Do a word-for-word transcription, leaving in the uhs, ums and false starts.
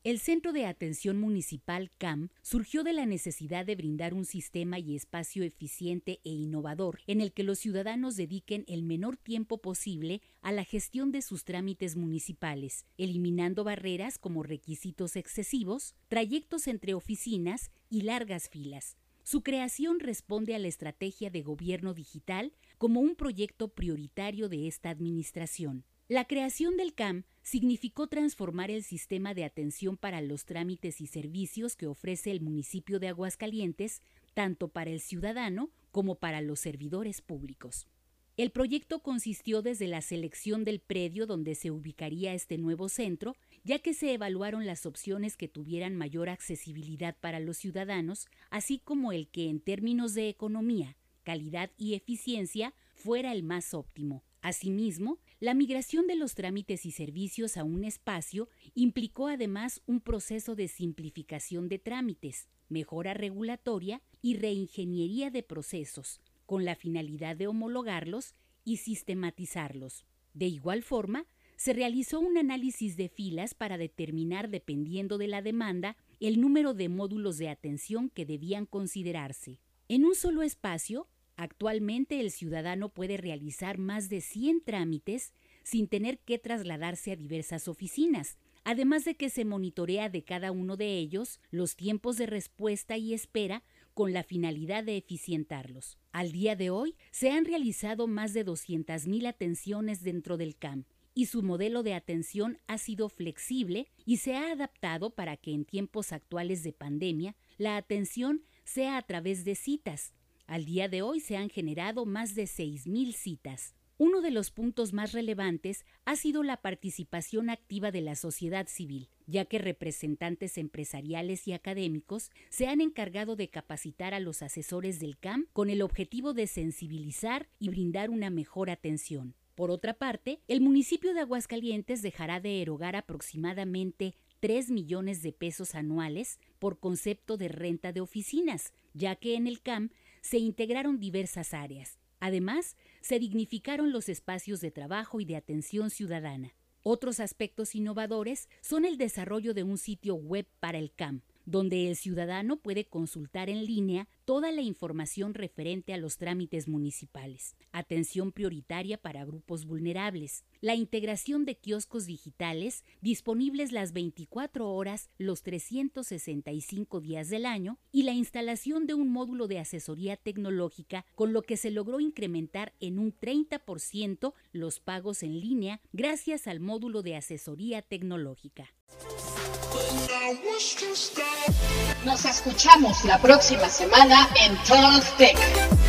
El Centro de Atención Municipal C A M surgió de la necesidad de brindar un sistema y espacio eficiente e innovador en el que los ciudadanos dediquen el menor tiempo posible a la gestión de sus trámites municipales, eliminando barreras como requisitos excesivos, trayectos entre oficinas y largas filas. Su creación responde a la estrategia de gobierno digital como un proyecto prioritario de esta administración. La creación del C A M significó transformar el sistema de atención para los trámites y servicios que ofrece el municipio de Aguascalientes, tanto para el ciudadano como para los servidores públicos. El proyecto consistió desde la selección del predio donde se ubicaría este nuevo centro, ya que se evaluaron las opciones que tuvieran mayor accesibilidad para los ciudadanos, así como el que en términos de economía, calidad y eficiencia fuera el más óptimo. Asimismo, la migración de los trámites y servicios a un espacio implicó además un proceso de simplificación de trámites, mejora regulatoria y reingeniería de procesos, con la finalidad de homologarlos y sistematizarlos. De igual forma, se realizó un análisis de filas para determinar, dependiendo de la demanda, el número de módulos de atención que debían considerarse. En un solo espacio, actualmente el ciudadano puede realizar más de cien trámites sin tener que trasladarse a diversas oficinas, además de que se monitorea de cada uno de ellos los tiempos de respuesta y espera con la finalidad de eficientarlos. Al día de hoy, se han realizado más de doscientas mil atenciones dentro del C A M y su modelo de atención ha sido flexible y se ha adaptado para que en tiempos actuales de pandemia la atención sea a través de citas. Al día de hoy se han generado más de seis mil citas. Uno de los puntos más relevantes ha sido la participación activa de la sociedad civil, ya que representantes empresariales y académicos se han encargado de capacitar a los asesores del C A M con el objetivo de sensibilizar y brindar una mejor atención. Por otra parte, el municipio de Aguascalientes dejará de erogar aproximadamente tres millones de pesos anuales por concepto de renta de oficinas, ya que en el C A M se integraron diversas áreas. Además, se dignificaron los espacios de trabajo y de atención ciudadana. Otros aspectos innovadores son el desarrollo de un sitio web para el C A M, donde el ciudadano puede consultar en línea toda la información referente a los trámites municipales, atención prioritaria para grupos vulnerables, la integración de kioscos digitales disponibles las veinticuatro horas, los trescientos sesenta y cinco días del año, y la instalación de un módulo de asesoría tecnológica, con lo que se logró incrementar en un treinta por ciento los pagos en línea gracias al módulo de asesoría tecnológica. Nos escuchamos la próxima semana en Talk Tech.